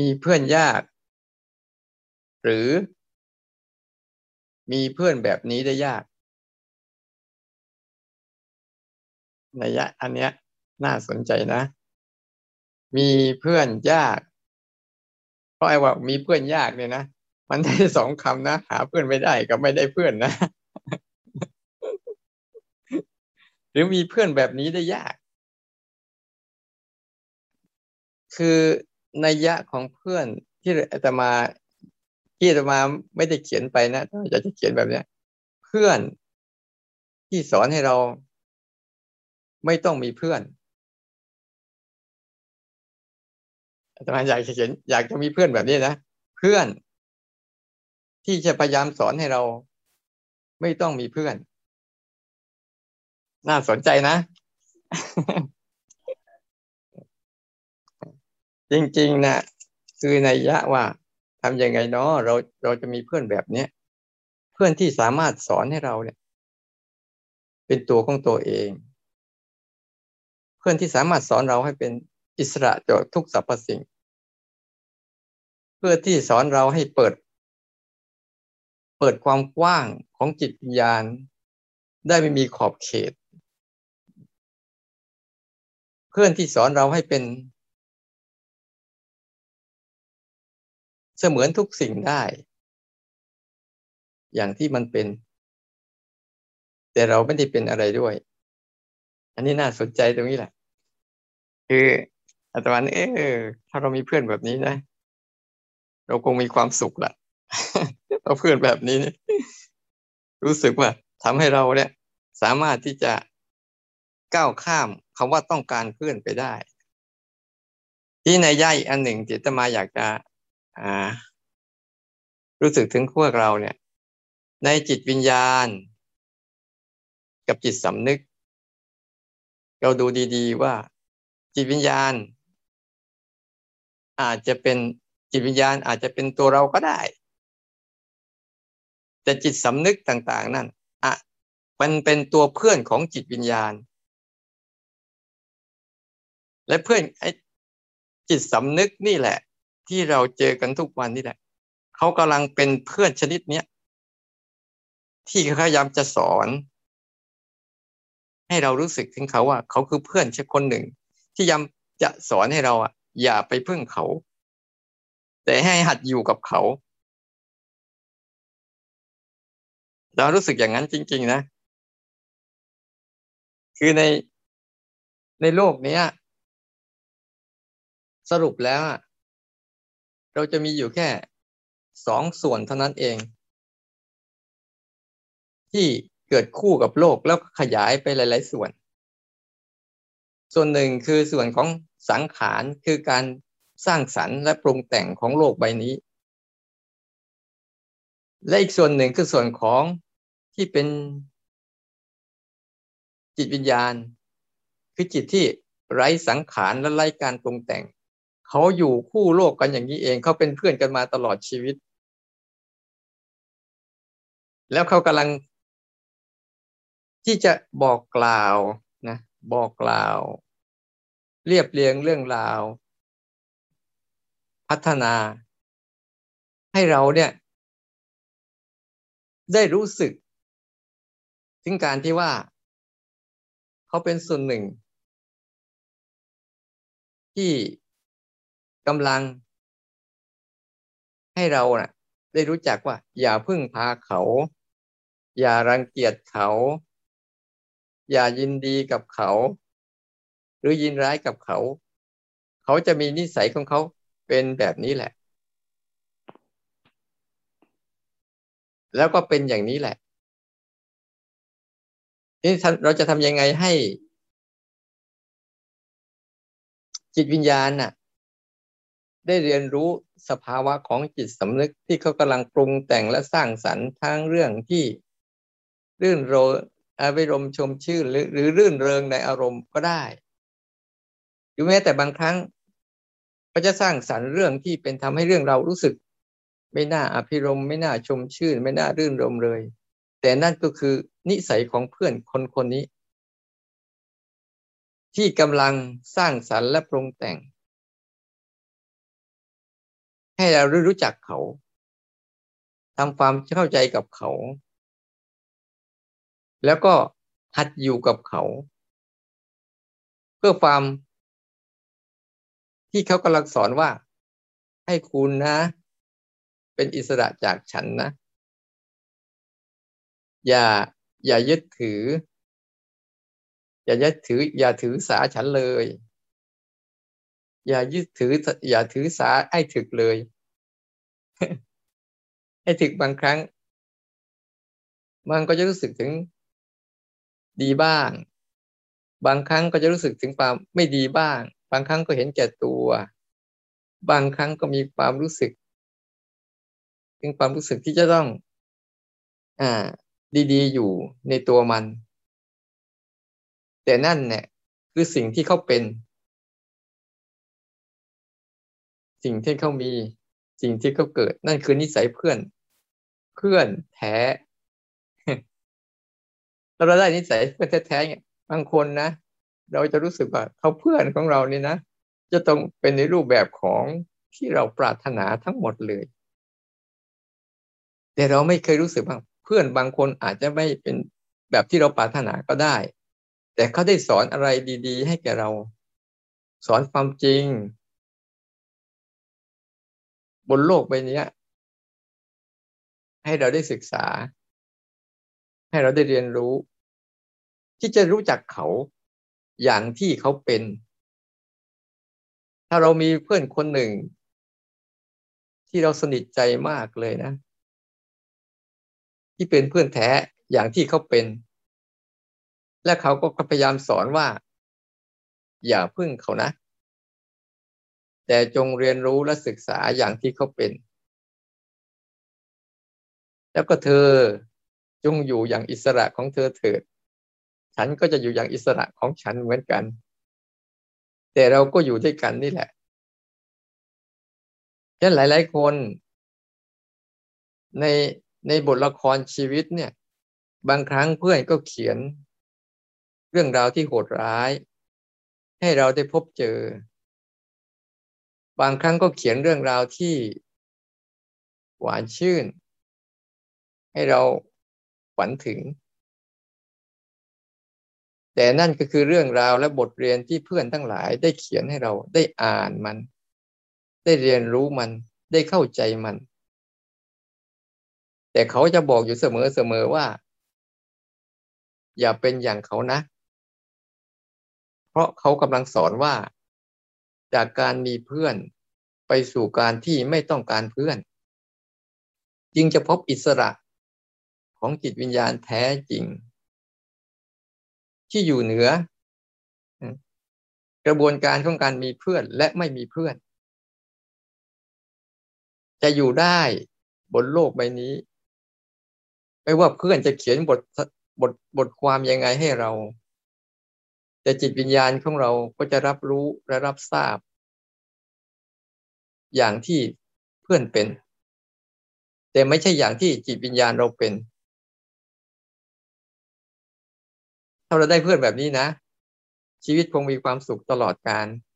มีเพื่อนยากหรือมีเพื่อนแบบนี้ได้ยากนัยยะอันเนี้ยน่าสนใจนะมีเพื่อนยากเพราะไอ้ว่ามีเพื่อนยากเนี่ยนะมันได้สองคำนะหาเพื่อนไม่ได้กับไม่ได้เพื่อนนะหรือมีเพื่อนแบบนี้ได้ยากคือนัยยะของเพื่อนที่อาตมาไม่ได้เขียนไปนะอยากจะเขียนแบบเนี้ยเพื่อนที่สอนให้เราไม่ต้องมีเพื่อนอาตมาอยากจะเขียนอยากจะมีเพื่อนแบบนี้นะเพื่อนที่จะพยายามสอนให้เราไม่ต้องมีเพื่อนน่าสนใจนะจริงๆนะคือนัยยะว่าทำยังไงเนาะเราจะมีเพื่อนแบบเนี้ยเพื่อนที่สามารถสอนให้เราเนี่ยเป็นตัวของตัวเองเพื่อนที่สามารถสอนเราให้เป็นอิสระจากทุกสรรพสิ่งเพื่อที่สอนเราให้เปิดความกว้างของจิตวิญญาณได้ไม่มีขอบเขตเพื่อนที่สอนเราให้เป็นเสมือนทุกสิ่งได้อย่างที่มันเป็นแต่เราไม่ได้เป็นอะไรด้วยอันนี้น่าสนใจตรงนี้แหละคืออาตมาเนี่ยถ้าเรามีเพื่อนแบบนี้นะเราคงมีความสุขแหละเพราะเพื่อนแบบนี้เนี่ยรู้สึกว่าทำให้เราเนี่ยสามารถที่จะก้าวข้ามคำว่าต้องการเพื่อนไปได้ที่ในย่าอีกอันหนึ่งที่อาตมาอยากจะอ่ารู้สึกถึงพวกเราเนี่ยในจิตวิญญาณกับจิตสำนึกเราดูดีๆว่าจิตวิญญาณอาจจะเป็นจิตวิญญาณอาจจะเป็นตัวเราก็ได้แต่จิตสำนึกต่างๆนั่นอ่ะมันเป็นตัวเพื่อนของจิตวิญญาณและเพื่อนไอ้จิตสำนึกนี่แหละที่เราเจอกันทุกวันนี่แหละเขากำลังเป็นเพื่อนชนิดเนี้ยที่เขาพยายามจะสอนให้เรารู้สึกถึงเขาว่าเขาคือเพื่อนสักคนหนึ่งที่ยามจะสอนให้เราอ่ะอย่าไปพึ่งเขาแต่ให้หัดอยู่กับเขาเรารู้สึกอย่างนั้นจริงๆนะคือในโลกเนี้ยสรุปแล้วอะเราจะมีอยู่แค่สองส่วนเท่านั้นเองที่เกิดคู่กับโลกแล้วขยายไปหลายๆส่วนส่วนหนึ่งคือส่วนของสังขารคือการสร้างสรรค์และปรุงแต่งของโลกใบนี้และอีกส่วนหนึ่งคือส่วนของที่เป็นจิตวิญญาณคือจิตที่ไร้สังขารและไร้การปรุงแต่งเขาอยู่คู่โลกกันอย่างนี้เองเขาเป็นเพื่อนกันมาตลอดชีวิตแล้วเขากำลังที่จะบอกกล่าวนะบอกกล่าวเรียบเรียงเรื่องราวพัฒนาให้เราเนี่ยได้รู้สึกถึงการที่ว่าเขาเป็นส่วนหนึ่งที่กำลังให้เราน่ะได้รู้จักว่าอย่าพึ่งพาเขาอย่ารังเกียจเขาอย่ายินดีกับเขาหรือยินร้ายกับเขาเขาจะมีนิสัยของเขาเป็นแบบนี้แหละแล้วก็เป็นอย่างนี้แหละนี่เราจะทำยังไงให้จิตวิญญาณน่ะได้เรียนรู้สภาวะของจิตสำนึกที่เขากำลังปรุงแต่งและสร้างสรรค์ทั้งเรื่องที่รื่นโรยอารมณ์ชมชื่นหรือรื่นเริงในอารมณ์ก็ได้หรือแม้แต่บางครั้งก็จะสร้างสรรค์เรื่องที่เป็นทำให้เรื่องเรารู้สึกไม่น่าอภิรมย์ไม่น่าชมชื่นไม่น่ารื่นรมเลยแต่นั่นก็คือนิสัยของเพื่อนคนคนนี้ที่กำลังสร้างสรรค์และปรุงแต่งให้เรารู้จักเขาทำความเข้าใจกับเขาแล้วก็หัดอยู่กับเขาเพื่อความที่เขากำลังสอนว่าให้คุณนะเป็นอิสระจากฉันนะอย่าอย่ายึดถืออย่าถือสาฉันเลยอย่ายึดถืออย่าถือสาไอ้ถึกเลยไอ้ถึกบางครั้งมันก็จะรู้สึกถึงดีบ้างบางครั้งก็จะรู้สึกถึงความไม่ดีบ้างบางครั้งก็เห็นแก่ตัวบางครั้งก็มีความรู้สึกถึงความรู้สึกที่จะต้องอ่าดีๆอยู่ในตัวมันแต่นั่นเนี่ยคือสิ่งที่เขาเป็นสิ่งที่เขามีสิ่งที่เขาเกิดนั่นคือนิสัยเพื่อนเพื่อนแท้แล้วเราได้นิสัยเพื่อนแท้ๆเนี่ยบางคนนะเราจะรู้สึกว่าเขาเพื่อนของเรานี่นะจะต้องเป็นในรูปแบบของที่เราปรารถนาทั้งหมดเลยแต่เราไม่เคยรู้สึกว่าเพื่อนบางคนอาจจะไม่เป็นแบบที่เราปรารถนาก็ได้แต่เขาได้สอนอะไรดีๆให้แก่เราสอนความจริงบนโลกใบนี้ให้เราได้ศึกษาให้เราได้เรียนรู้ที่จะรู้จักเขาอย่างที่เขาเป็นถ้าเรามีเพื่อนคนหนึ่งที่เราสนิทใจมากเลยนะที่เป็นเพื่อนแท้อย่างที่เขาเป็นและเขาก็พยายามสอนว่าอย่าพึ่งเขานะแต่จงเรียนรู้และศึกษาอย่างที่เขาเป็นแล้วก็เธอจงอยู่อย่างอิสระของเธอเถิดฉันก็จะอยู่อย่างอิสระของฉันเหมือนกันแต่เราก็อยู่ด้วยกันนี่แหละฉะนั้นหลายๆคนในในบทละครชีวิตเนี่ยบางครั้งเพื่อนก็เขียนเรื่องราวที่โหดร้ายให้เราได้พบเจอบางครั้งก็เขียนเรื่องราวที่หวานชื่นให้เราฝันถึงแต่นั่นก็คือเรื่องราวและบทเรียนที่เพื่อนทั้งหลายได้เขียนให้เราได้อ่านมันได้เรียนรู้มันได้เข้าใจมันแต่เขาจะบอกอยู่เสมอว่าอย่าเป็นอย่างเขานะเพราะเขากำลังสอนว่าจากการมีเพื่อนไปสู่การที่ไม่ต้องการเพื่อนจึงจะพบอิสระของจิตวิญญาณแท้จริงที่อยู่เหนือกระบวนการของการมีเพื่อนและไม่มีเพื่อนจะอยู่ได้บนโลกใบนี้ไม่ว่าเพื่อนจะเขียนบทความยังไงให้เราแต่จิตวิญญาณของเราก็จะรับรู้และรับทราบอย่างที่เพื่อนเป็นแต่ไม่ใช่อย่างที่จิตวิญญาณเราเป็นถ้าเราได้เพื่อนแบบนี้นะชีวิตคงมีความสุขตลอดกาล